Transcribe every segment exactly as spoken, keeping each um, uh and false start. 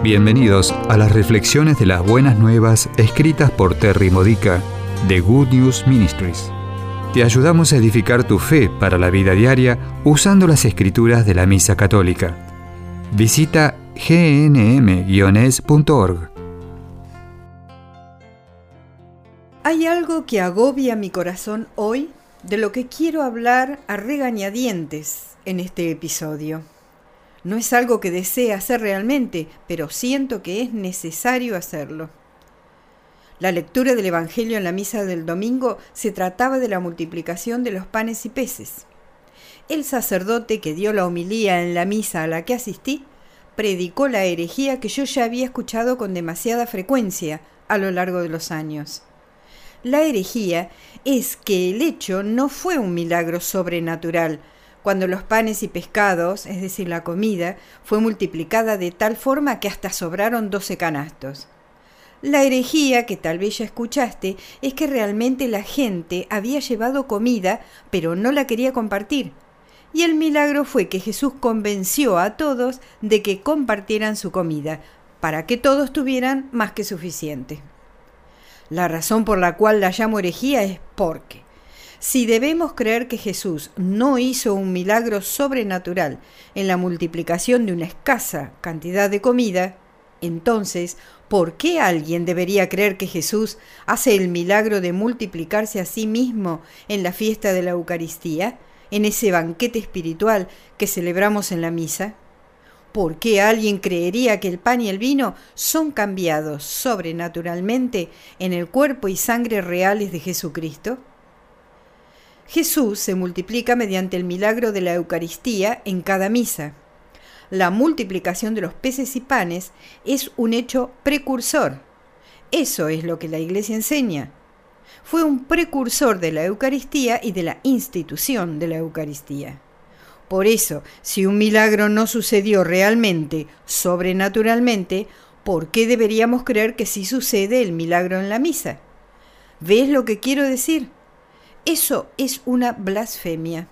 Bienvenidos a las reflexiones de las buenas nuevas escritas por Terry Modica de Good News Ministries. Te ayudamos a edificar tu fe para la vida diaria usando las escrituras de la Misa Católica. Visita g n m guion es punto org. Hay algo que agobia mi corazón hoy, de lo que quiero hablar a regañadientes en este episodio. No es algo que desee hacer realmente, pero siento que es necesario hacerlo. La lectura del Evangelio en la misa del domingo se trataba de la multiplicación de los panes y peces. El sacerdote que dio la homilía en la misa a la que asistí predicó la herejía que yo ya había escuchado con demasiada frecuencia a lo largo de los años. La herejía es que el hecho no fue un milagro sobrenatural, cuando los panes y pescados, es decir, la comida, fue multiplicada de tal forma que hasta sobraron doce canastos. La herejía, que tal vez ya escuchaste, es que realmente la gente había llevado comida, pero no la quería compartir. Y el milagro fue que Jesús convenció a todos de que compartieran su comida, para que todos tuvieran más que suficiente. La razón por la cual la llamo herejía es porque, si debemos creer que Jesús no hizo un milagro sobrenatural en la multiplicación de una escasa cantidad de comida, entonces, ¿por qué alguien debería creer que Jesús hace el milagro de multiplicarse a sí mismo en la fiesta de la Eucaristía, en ese banquete espiritual que celebramos en la misa? ¿Por qué alguien creería que el pan y el vino son cambiados sobrenaturalmente en el cuerpo y sangre reales de Jesucristo? Jesús se multiplica mediante el milagro de la Eucaristía en cada misa. La multiplicación de los peces y panes es un hecho precursor. Eso es lo que la Iglesia enseña. Fue un precursor de la Eucaristía y de la institución de la Eucaristía. Por eso, si un milagro no sucedió realmente, sobrenaturalmente, ¿por qué deberíamos creer que sí sucede el milagro en la misa? ¿Ves lo que quiero decir? Eso es una blasfemia.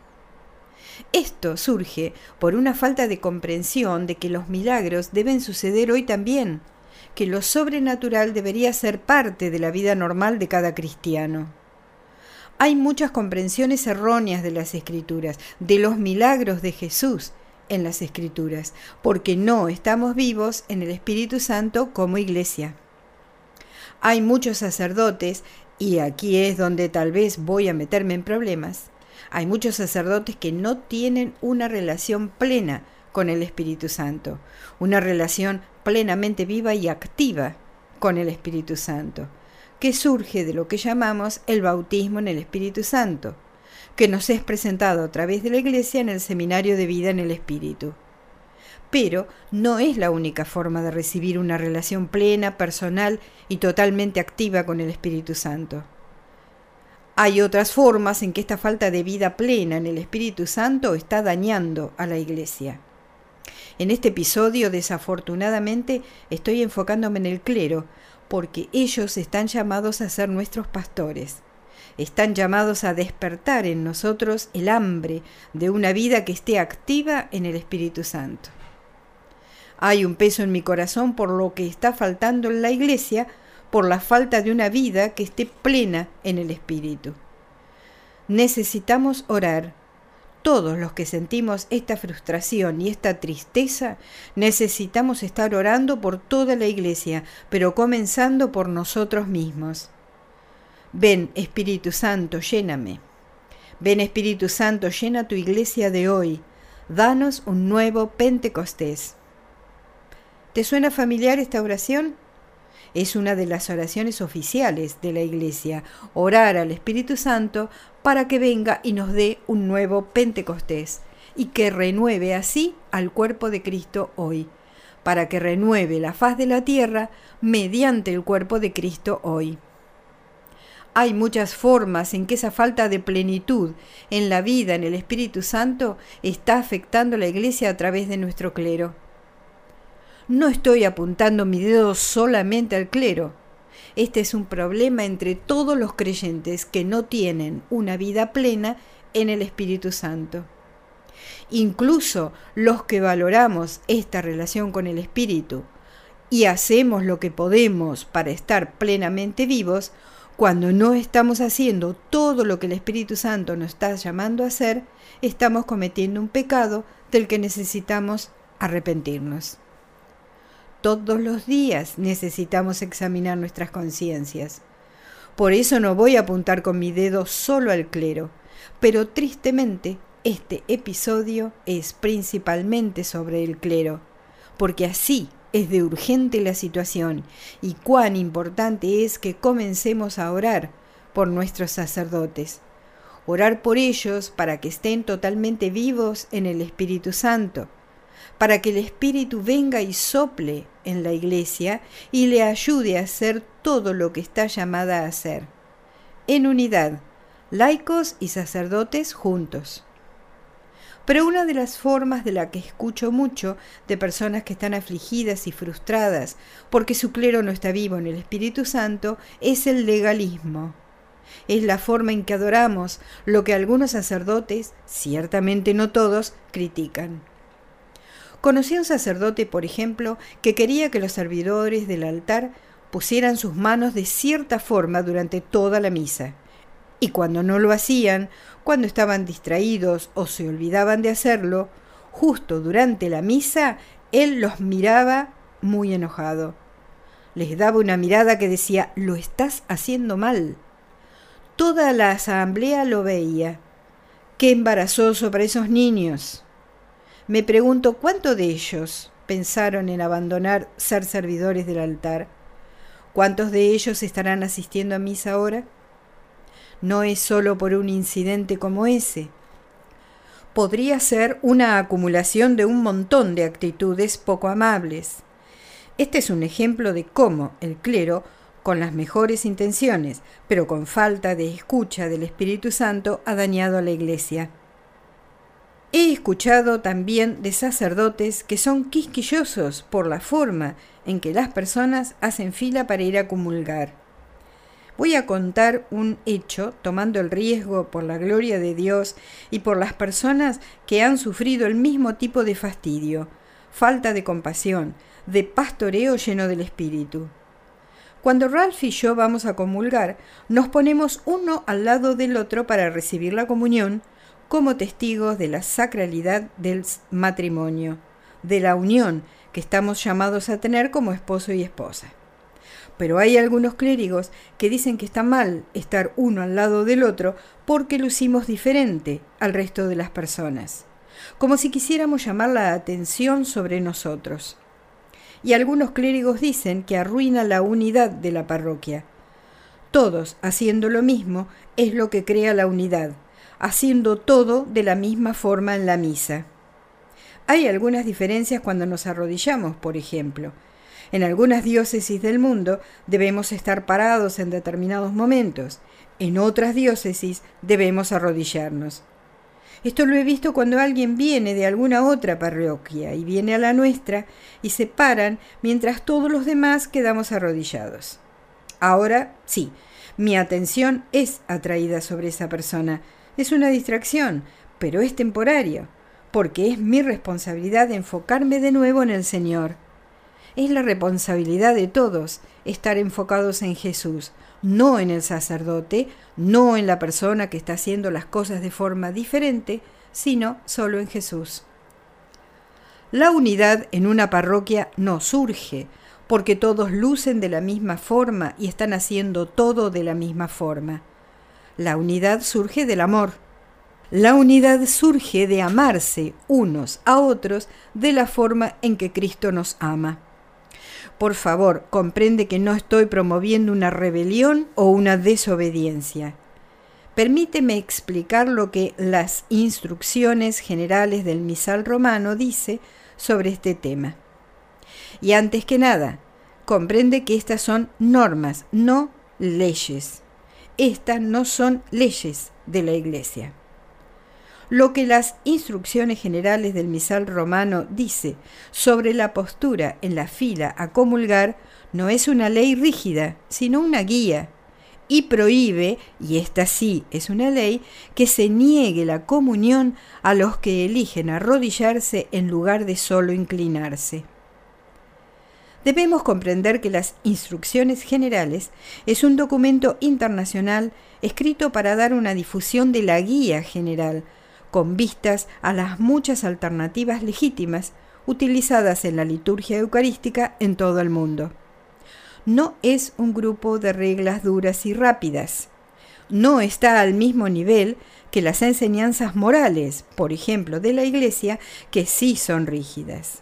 Esto surge por una falta de comprensión de que los milagros deben suceder hoy también, que lo sobrenatural debería ser parte de la vida normal de cada cristiano. Hay muchas comprensiones erróneas de las Escrituras, de los milagros de Jesús en las Escrituras, porque no estamos vivos en el Espíritu Santo como iglesia. Hay muchos sacerdotes, y aquí es donde tal vez voy a meterme en problemas, hay muchos sacerdotes que no tienen una relación plena con el Espíritu Santo, una relación plenamente viva y activa con el Espíritu Santo, que surge de lo que llamamos el bautismo en el Espíritu Santo, que nos es presentado a través de la Iglesia en el Seminario de Vida en el Espíritu. Pero no es la única forma de recibir una relación plena, personal y totalmente activa con el Espíritu Santo. Hay otras formas en que esta falta de vida plena en el Espíritu Santo está dañando a la Iglesia. En este episodio, desafortunadamente, estoy enfocándome en el clero, porque ellos están llamados a ser nuestros pastores. Están llamados a despertar en nosotros el hambre de una vida que esté activa en el Espíritu Santo. Hay un peso en mi corazón por lo que está faltando en la Iglesia, por la falta de una vida que esté plena en el Espíritu. Necesitamos orar. Todos los que sentimos esta frustración y esta tristeza, necesitamos estar orando por toda la Iglesia, pero comenzando por nosotros mismos. Ven, Espíritu Santo, lléname. Ven, Espíritu Santo, llena tu Iglesia de hoy. Danos un nuevo Pentecostés. ¿Te suena familiar esta oración? Es una de las oraciones oficiales de la Iglesia, orar al Espíritu Santo para que venga y nos dé un nuevo Pentecostés y que renueve así al cuerpo de Cristo hoy, para que renueve la faz de la tierra mediante el cuerpo de Cristo hoy. Hay muchas formas en que esa falta de plenitud en la vida en el Espíritu Santo está afectando a la Iglesia a través de nuestro clero. No estoy apuntando mi dedo solamente al clero. Este es un problema entre todos los creyentes que no tienen una vida plena en el Espíritu Santo. Incluso los que valoramos esta relación con el Espíritu, y hacemos lo que podemos para estar plenamente vivos, cuando no estamos haciendo todo lo que el Espíritu Santo nos está llamando a hacer, estamos cometiendo un pecado del que necesitamos arrepentirnos. Todos los días necesitamos examinar nuestras conciencias. Por eso no voy a apuntar con mi dedo solo al clero, pero tristemente este episodio es principalmente sobre el clero, porque así es de urgente la situación y cuán importante es que comencemos a orar por nuestros sacerdotes. Orar por ellos para que estén totalmente vivos en el Espíritu Santo, para que el Espíritu venga y sople en la Iglesia y le ayude a hacer todo lo que está llamada a hacer. En unidad, laicos y sacerdotes juntos. Pero una de las formas de la que escucho mucho de personas que están afligidas y frustradas porque su clero no está vivo en el Espíritu Santo es el legalismo. Es la forma en que adoramos lo que algunos sacerdotes, ciertamente no todos, critican. Conocí a un sacerdote, por ejemplo, que quería que los servidores del altar pusieran sus manos de cierta forma durante toda la misa. Y cuando no lo hacían, cuando estaban distraídos o se olvidaban de hacerlo, justo durante la misa, él los miraba muy enojado. Les daba una mirada que decía, «Lo estás haciendo mal». Toda la asamblea lo veía. ¡Qué embarazoso para esos niños! Me pregunto, ¿cuántos de ellos pensaron en abandonar ser servidores del altar? ¿Cuántos de ellos estarán asistiendo a misa ahora? No es solo por un incidente como ese. Podría ser una acumulación de un montón de actitudes poco amables. Este es un ejemplo de cómo el clero, con las mejores intenciones, pero con falta de escucha del Espíritu Santo, ha dañado a la Iglesia. He escuchado también de sacerdotes que son quisquillosos por la forma en que las personas hacen fila para ir a comulgar. Voy a contar un hecho tomando el riesgo por la gloria de Dios y por las personas que han sufrido el mismo tipo de fastidio, falta de compasión, de pastoreo lleno del Espíritu. Cuando Ralph y yo vamos a comulgar, nos ponemos uno al lado del otro para recibir la comunión como testigos de la sacralidad del matrimonio, de la unión que estamos llamados a tener como esposo y esposa. Pero hay algunos clérigos que dicen que está mal estar uno al lado del otro porque lucimos diferente al resto de las personas, como si quisiéramos llamar la atención sobre nosotros. Y algunos clérigos dicen que arruina la unidad de la parroquia. Todos haciendo lo mismo es lo que crea la unidad, haciendo todo de la misma forma en la misa. Hay algunas diferencias cuando nos arrodillamos, por ejemplo. En algunas diócesis del mundo debemos estar parados en determinados momentos. En otras diócesis debemos arrodillarnos. Esto lo he visto cuando alguien viene de alguna otra parroquia y viene a la nuestra y se paran mientras todos los demás quedamos arrodillados. Ahora, sí, mi atención es atraída sobre esa persona. Es una distracción, pero es temporario, porque es mi responsabilidad enfocarme de nuevo en el Señor. Es la responsabilidad de todos estar enfocados en Jesús, no en el sacerdote, no en la persona que está haciendo las cosas de forma diferente, sino solo en Jesús. La unidad en una parroquia no surge porque todos lucen de la misma forma y están haciendo todo de la misma forma. La unidad surge del amor. La unidad surge de amarse unos a otros de la forma en que Cristo nos ama. Por favor, comprende que no estoy promoviendo una rebelión o una desobediencia. Permíteme explicar lo que las instrucciones generales del misal romano dice sobre este tema. Y antes que nada, comprende que estas son normas, no leyes. Estas no son leyes de la Iglesia. Lo que las instrucciones generales del misal romano dice sobre la postura en la fila a comulgar no es una ley rígida, sino una guía, y prohíbe, y esta sí es una ley, que se niegue la comunión a los que eligen arrodillarse en lugar de solo inclinarse. Debemos comprender que las Instrucciones Generales es un documento internacional escrito para dar una difusión de la guía general, con vistas a las muchas alternativas legítimas utilizadas en la liturgia eucarística en todo el mundo. No es un grupo de reglas duras y rápidas. No está al mismo nivel que las enseñanzas morales, por ejemplo, de la Iglesia, que sí son rígidas.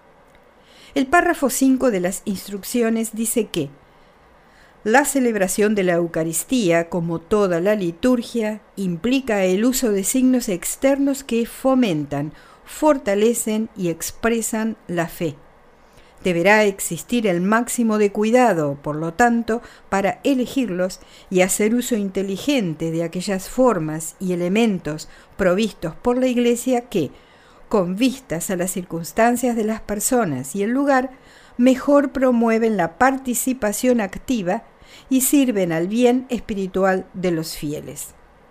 El párrafo cinco de las Instrucciones dice que la celebración de la Eucaristía, como toda la liturgia, implica el uso de signos externos que fomentan, fortalecen y expresan la fe. Deberá existir el máximo de cuidado, por lo tanto, para elegirlos y hacer uso inteligente de aquellas formas y elementos provistos por la Iglesia que, con vistas a las circunstancias de las personas y el lugar, mejor promueven la participación activa y sirven al bien espiritual de los fieles.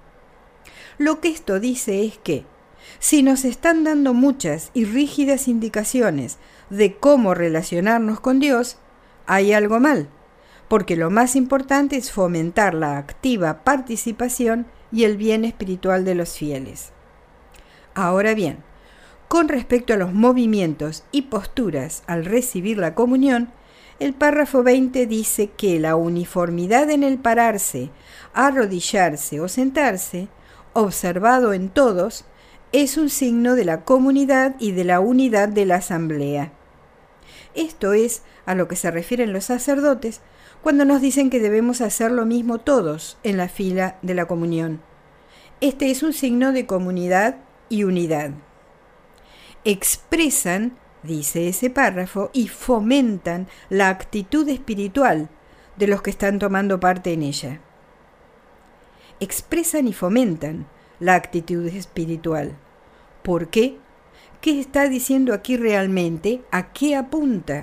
Lo que esto dice es que, si nos están dando muchas y rígidas indicaciones de cómo relacionarnos con Dios, hay algo mal, porque lo más importante es fomentar la activa participación y el bien espiritual de los fieles. Ahora bien, con respecto a los movimientos y posturas al recibir la comunión, el párrafo veinte dice que la uniformidad en el pararse, arrodillarse o sentarse, observado en todos, es un signo de la comunidad y de la unidad de la asamblea. Esto es a lo que se refieren los sacerdotes cuando nos dicen que debemos hacer lo mismo todos en la fila de la comunión. Este es un signo de comunidad y unidad. Expresan, dice ese párrafo, y fomentan la actitud espiritual de los que están tomando parte en ella. Expresan y fomentan la actitud espiritual. ¿Por qué? ¿Qué está diciendo aquí realmente? ¿A qué apunta?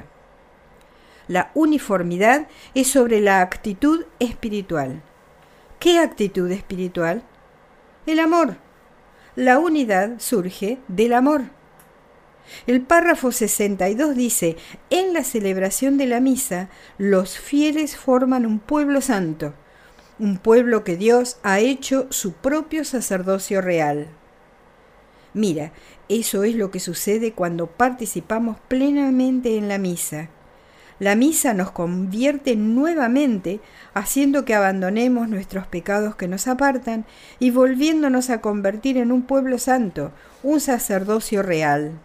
La uniformidad es sobre la actitud espiritual. ¿Qué actitud espiritual? El amor. La unidad surge del amor. El párrafo sesenta y dos dice: en la celebración de la misa, los fieles forman un pueblo santo, un pueblo que Dios ha hecho su propio sacerdocio real. Mira, eso es lo que sucede cuando participamos plenamente en la misa. La misa nos convierte nuevamente, haciendo que abandonemos nuestros pecados que nos apartan y volviéndonos a convertir en un pueblo santo, un sacerdocio real.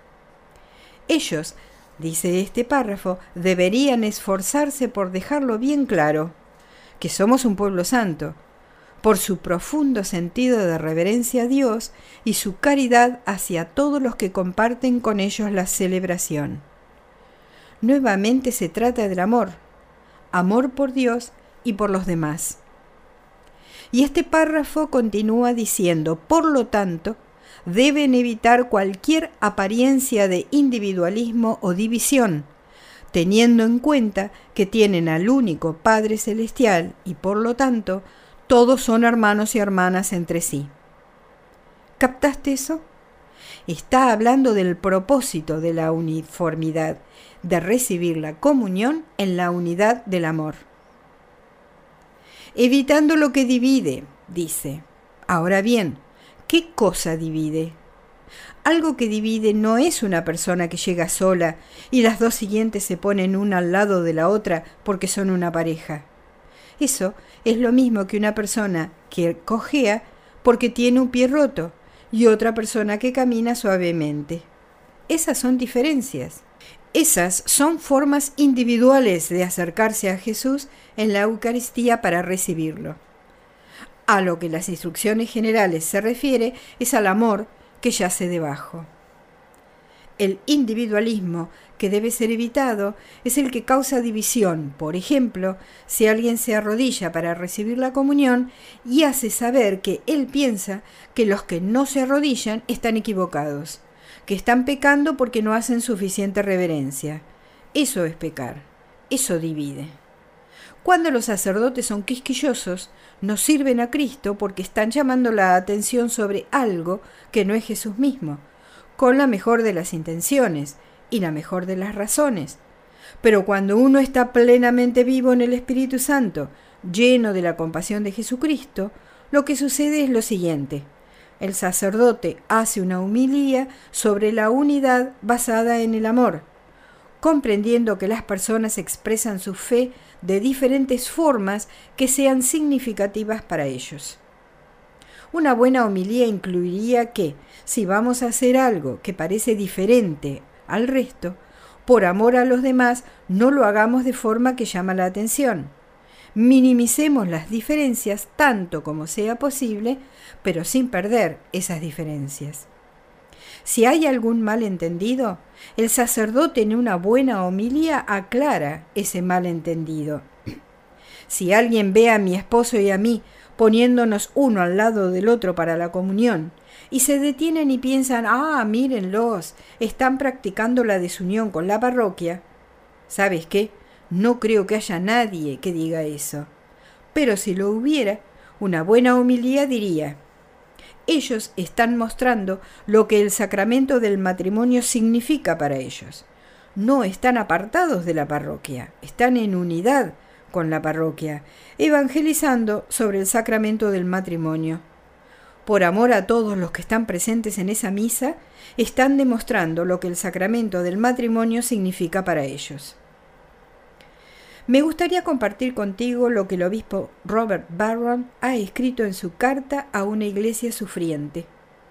Ellos, dice este párrafo, deberían esforzarse por dejarlo bien claro, que somos un pueblo santo, por su profundo sentido de reverencia a Dios y su caridad hacia todos los que comparten con ellos la celebración. Nuevamente se trata del amor, amor por Dios y por los demás. Y este párrafo continúa diciendo: por lo tanto, deben evitar cualquier apariencia de individualismo o división, teniendo en cuenta que tienen al único Padre Celestial y por lo tanto todos son hermanos y hermanas entre sí. ¿Captaste eso? Está hablando del propósito de la uniformidad, de recibir la comunión en la unidad del amor. Evitando lo que divide, dice. Ahora bien, ¿qué cosa divide? Algo que divide no es una persona que llega sola y las dos siguientes se ponen una al lado de la otra porque son una pareja. Eso es lo mismo que una persona que cojea porque tiene un pie roto y otra persona que camina suavemente. Esas son diferencias. Esas son formas individuales de acercarse a Jesús en la Eucaristía para recibirlo. A lo que las Instrucciones Generales se refiere es al amor que yace debajo. El individualismo que debe ser evitado es el que causa división. Por ejemplo, si alguien se arrodilla para recibir la comunión y hace saber que él piensa que los que no se arrodillan están equivocados, que están pecando porque no hacen suficiente reverencia. Eso es pecar, eso divide. Cuando los sacerdotes son quisquillosos, no sirven a Cristo porque están llamando la atención sobre algo que no es Jesús mismo, con la mejor de las intenciones y la mejor de las razones, Pero cuando uno está plenamente vivo en el Espíritu Santo, lleno de la compasión de Jesucristo, lo que sucede es lo siguiente. El sacerdote hace una homilía sobre la unidad basada en el amor, comprendiendo que las personas expresan su fe de diferentes formas que sean significativas para ellos. Una buena homilía incluiría que, si vamos a hacer algo que parece diferente al resto, por amor a los demás, no lo hagamos de forma que llama la atención. Minimicemos las diferencias tanto como sea posible, pero sin perder esas diferencias. Si hay algún malentendido, el sacerdote en una buena homilía aclara ese malentendido. Si alguien ve a mi esposo y a mí poniéndonos uno al lado del otro para la comunión, y se detienen y piensan, ah, mírenlos, están practicando la desunión con la parroquia. ¿Sabes qué? No creo que haya nadie que diga eso. Pero si lo hubiera, una buena homilía diría, ellos están mostrando lo que el sacramento del matrimonio significa para ellos. No están apartados de la parroquia, están en unidad con la parroquia, evangelizando sobre el sacramento del matrimonio. Por amor a todos los que están presentes en esa misa, están demostrando lo que el sacramento del matrimonio significa para ellos. Me gustaría compartir contigo lo que el obispo Robert Barron ha escrito en su carta a una iglesia sufriente.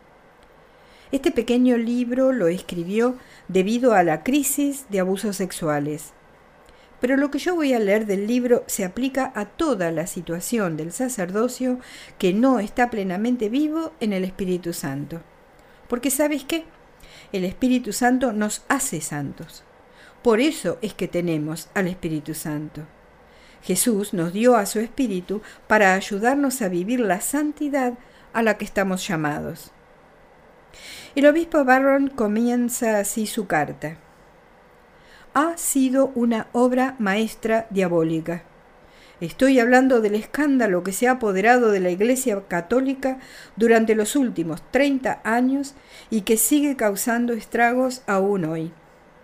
Este pequeño libro lo escribió debido a la crisis de abusos sexuales. Pero lo que yo voy a leer del libro se aplica a toda la situación del sacerdocio que no está plenamente vivo en el Espíritu Santo. Porque ¿sabes qué? El Espíritu Santo nos hace santos. Por eso es que tenemos al Espíritu Santo. Jesús nos dio a su Espíritu para ayudarnos a vivir la santidad a la que estamos llamados. El obispo Barron comienza así su carta. Ha sido una obra maestra diabólica. Estoy hablando del escándalo que se ha apoderado de la Iglesia Católica durante los últimos treinta años y que sigue causando estragos aún hoy.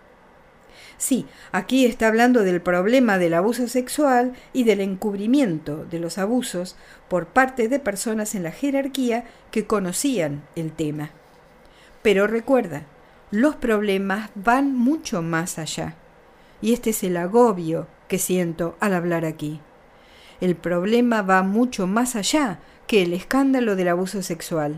Sí, aquí está hablando del problema del abuso sexual y del encubrimiento de los abusos por parte de personas en la jerarquía que conocían el tema. Pero recuerda, los problemas van mucho más allá. Y este es el agobio que siento al hablar aquí. El problema va mucho más allá que el escándalo del abuso sexual.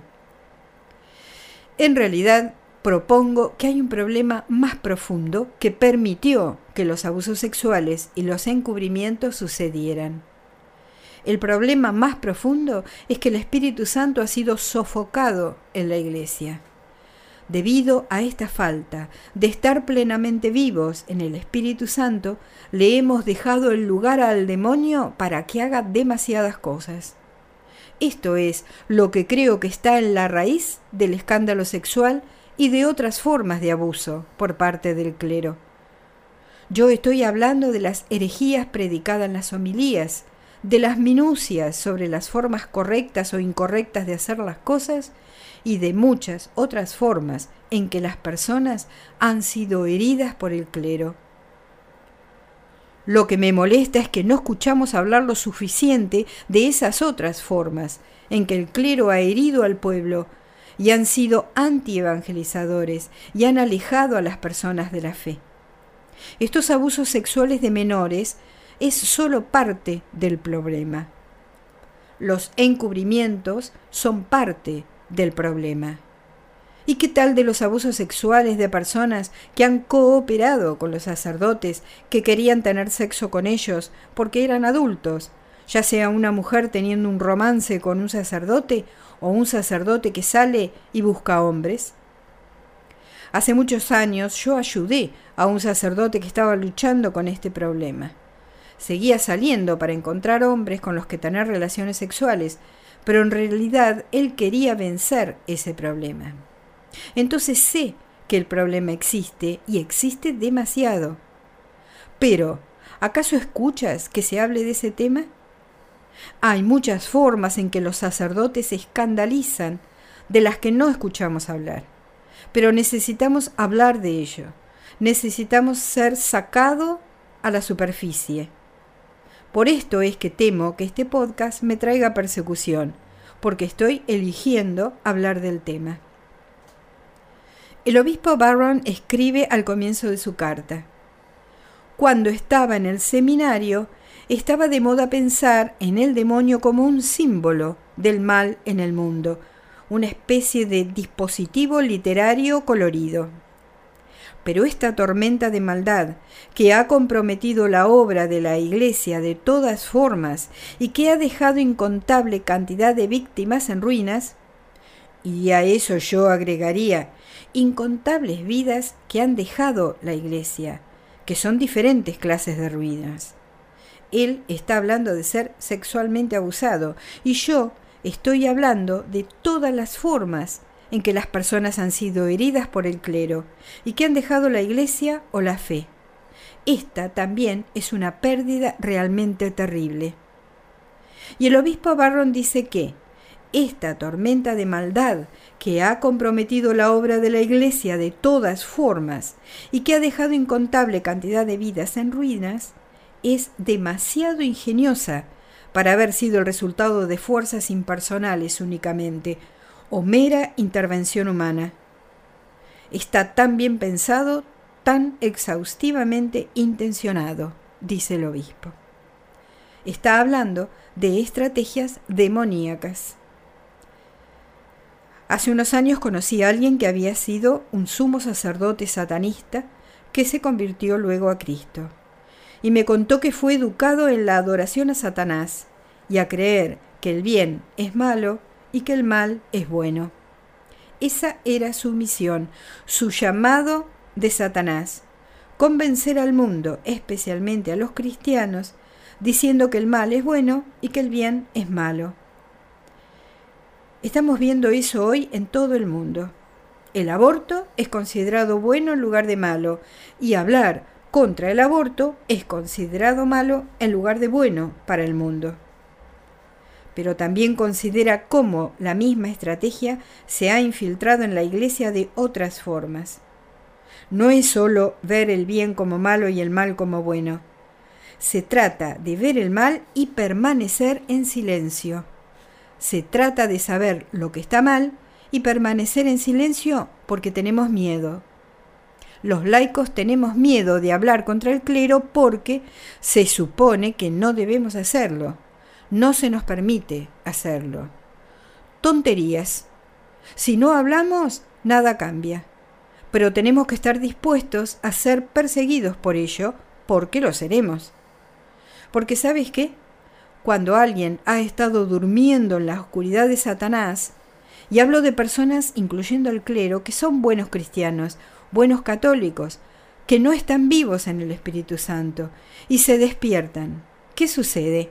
En realidad, propongo que hay un problema más profundo que permitió que los abusos sexuales y los encubrimientos sucedieran. El problema más profundo es que el Espíritu Santo ha sido sofocado en la Iglesia. Debido a esta falta de estar plenamente vivos en el Espíritu Santo, le hemos dejado el lugar al demonio para que haga demasiadas cosas. Esto es lo que creo que está en la raíz del escándalo sexual y de otras formas de abuso por parte del clero. Yo estoy hablando de las herejías predicadas en las homilías, de las minucias sobre las formas correctas o incorrectas de hacer las cosas y de muchas otras formas en que las personas han sido heridas por el clero. Lo que me molesta es que no escuchamos hablar lo suficiente de esas otras formas en que el clero ha herido al pueblo y han sido antievangelizadores y han alejado a las personas de la fe. Estos abusos sexuales de menores es solo parte del problema. Los encubrimientos son parte del problema. ¿Y qué tal de los abusos sexuales de personas que han cooperado con los sacerdotes que querían tener sexo con ellos porque eran adultos, ya sea una mujer teniendo un romance con un sacerdote o un sacerdote que sale y busca hombres? Hace muchos años yo ayudé a un sacerdote que estaba luchando con este problema. Seguía saliendo para encontrar hombres con los que tener relaciones sexuales, pero en realidad él quería vencer ese problema. Entonces sé que el problema existe y existe demasiado. Pero, ¿acaso escuchas que se hable de ese tema? Hay muchas formas en que los sacerdotes se escandalizan de las que no escuchamos hablar, pero necesitamos hablar de ello. necesitamos ser sacados a la superficie. Por esto es que temo que este podcast me traiga persecución, porque estoy eligiendo hablar del tema. El obispo Barron escribe al comienzo de su carta: cuando estaba en el seminario, estaba de moda pensar en el demonio como un símbolo del mal en el mundo, una especie de dispositivo literario colorido. Pero esta tormenta de maldad que ha comprometido la obra de la Iglesia de todas formas y que ha dejado incontable cantidad de víctimas en ruinas, y a eso yo agregaría incontables vidas que han dejado la Iglesia, que son diferentes clases de ruinas. Él está hablando de ser sexualmente abusado y yo estoy hablando de todas las formas en que las personas han sido heridas por el clero y que han dejado la Iglesia o la fe. Esta también es una pérdida realmente terrible. Y el obispo Barron dice que esta tormenta de maldad que ha comprometido la obra de la Iglesia de todas formas y que ha dejado incontable cantidad de vidas en ruinas es demasiado ingeniosa para haber sido el resultado de fuerzas impersonales únicamente o mera intervención humana. Está tan bien pensado, tan exhaustivamente intencionado, dice el obispo. Está hablando de estrategias demoníacas. Hace unos años conocí a alguien que había sido un sumo sacerdote satanista que se convirtió luego a Cristo. Y me contó que fue educado en la adoración a Satanás y a creer que el bien es malo y que el mal es bueno. Esa era su misión, su llamado de Satanás: convencer al mundo, especialmente a los cristianos, diciendo que el mal es bueno y que el bien es malo. Estamos viendo eso hoy en todo el mundo. El aborto es considerado bueno en lugar de malo, y hablar contra el aborto es considerado malo en lugar de bueno para el mundo. Pero también considera cómo la misma estrategia se ha infiltrado en la Iglesia de otras formas. No es solo ver el bien como malo y el mal como bueno. Se trata de ver el mal y permanecer en silencio. Se trata de saber lo que está mal y permanecer en silencio porque tenemos miedo. Los laicos tenemos miedo de hablar contra el clero porque se supone que no debemos hacerlo. No se nos permite hacerlo. Tonterías. Si no hablamos, nada cambia. Pero tenemos que estar dispuestos a ser perseguidos por ello, porque lo seremos. Porque ¿sabes qué? Cuando alguien ha estado durmiendo en la oscuridad de Satanás, y hablo de personas, incluyendo al clero, que son buenos cristianos, buenos católicos, que no están vivos en el Espíritu Santo, y se despiertan, ¿qué sucede?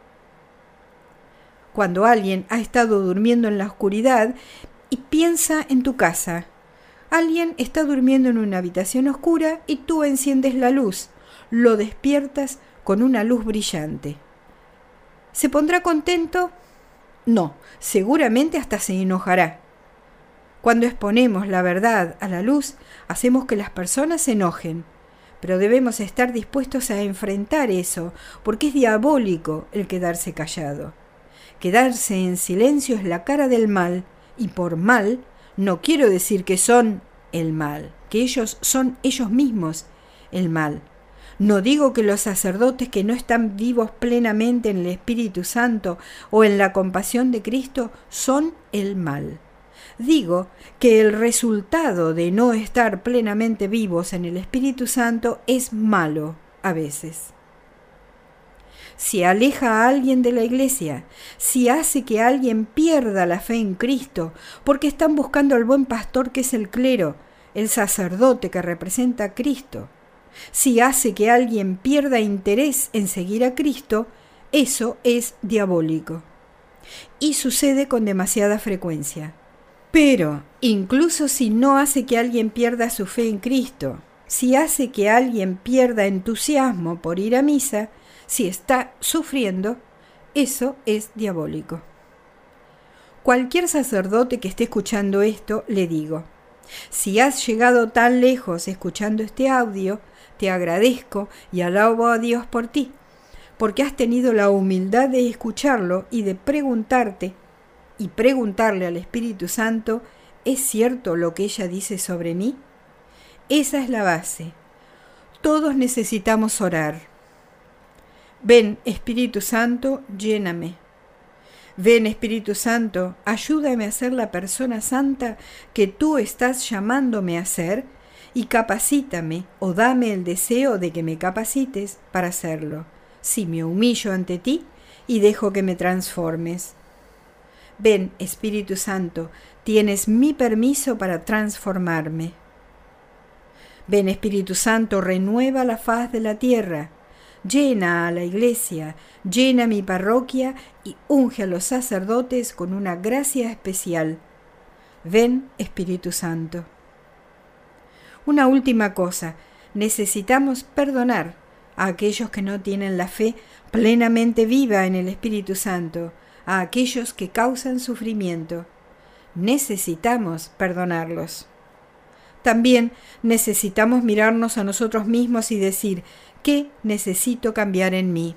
Cuando alguien ha estado durmiendo en la oscuridad y piensa en tu casa, alguien está durmiendo en una habitación oscura y tú enciendes la luz, lo despiertas con una luz brillante. ¿Se pondrá contento? No, seguramente hasta se enojará. Cuando exponemos la verdad a la luz, hacemos que las personas se enojen, pero debemos estar dispuestos a enfrentar eso, porque es diabólico el quedarse callado. Quedarse en silencio es la cara del mal, y por mal no quiero decir que son el mal, que ellos son ellos mismos el mal. No digo que los sacerdotes que no están vivos plenamente en el Espíritu Santo o en la compasión de Cristo son el mal. Digo que el resultado de no estar plenamente vivos en el Espíritu Santo es malo a veces. Si aleja a alguien de la Iglesia, si hace que alguien pierda la fe en Cristo, porque están buscando al buen pastor que es el clero, el sacerdote que representa a Cristo, si hace que alguien pierda interés en seguir a Cristo, eso es diabólico. Y sucede con demasiada frecuencia. Pero, incluso si no hace que alguien pierda su fe en Cristo, si hace que alguien pierda entusiasmo por ir a misa, si está sufriendo, eso es diabólico. Cualquier sacerdote que esté escuchando esto, le digo, Si has llegado tan lejos escuchando este audio, te agradezco y alabo a Dios por ti, porque has tenido la humildad de escucharlo y de preguntarte y preguntarle al Espíritu Santo, ¿es cierto lo que ella dice sobre mí? Esa es la base. Todos necesitamos orar. Ven, Espíritu Santo, lléname. Ven, Espíritu Santo, ayúdame a ser la persona santa que tú estás llamándome a ser y capacítame o dame el deseo de que me capacites para hacerlo, si me humillo ante ti y dejo que me transformes. Ven, Espíritu Santo, tienes mi permiso para transformarme. Ven, Espíritu Santo, renueva la faz de la tierra, llena a la iglesia, llena mi parroquia y unge a los sacerdotes con una gracia especial. Ven, Espíritu Santo. Una última cosa, necesitamos perdonar a aquellos que no tienen la fe plenamente viva en el Espíritu Santo, a aquellos que causan sufrimiento. Necesitamos perdonarlos. También necesitamos mirarnos a nosotros mismos y decir, ¿qué necesito cambiar en mí?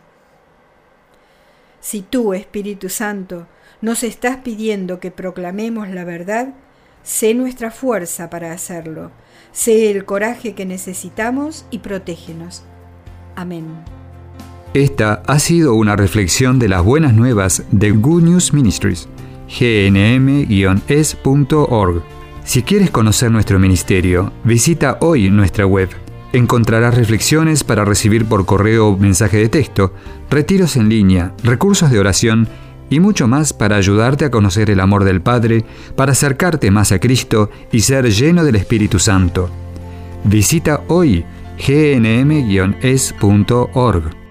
Si tú, Espíritu Santo, nos estás pidiendo que proclamemos la verdad, sé nuestra fuerza para hacerlo, sé el coraje que necesitamos y protégenos. Amén. Esta ha sido una reflexión de las buenas nuevas de Good News Ministries, g n m guion es punto org. Si quieres conocer nuestro ministerio, visita hoy nuestra web. Encontrarás reflexiones para recibir por correo o mensaje de texto, retiros en línea, recursos de oración y mucho más para ayudarte a conocer el amor del Padre, para acercarte más a Cristo y ser lleno del Espíritu Santo. Visita hoy g n m guion es punto org.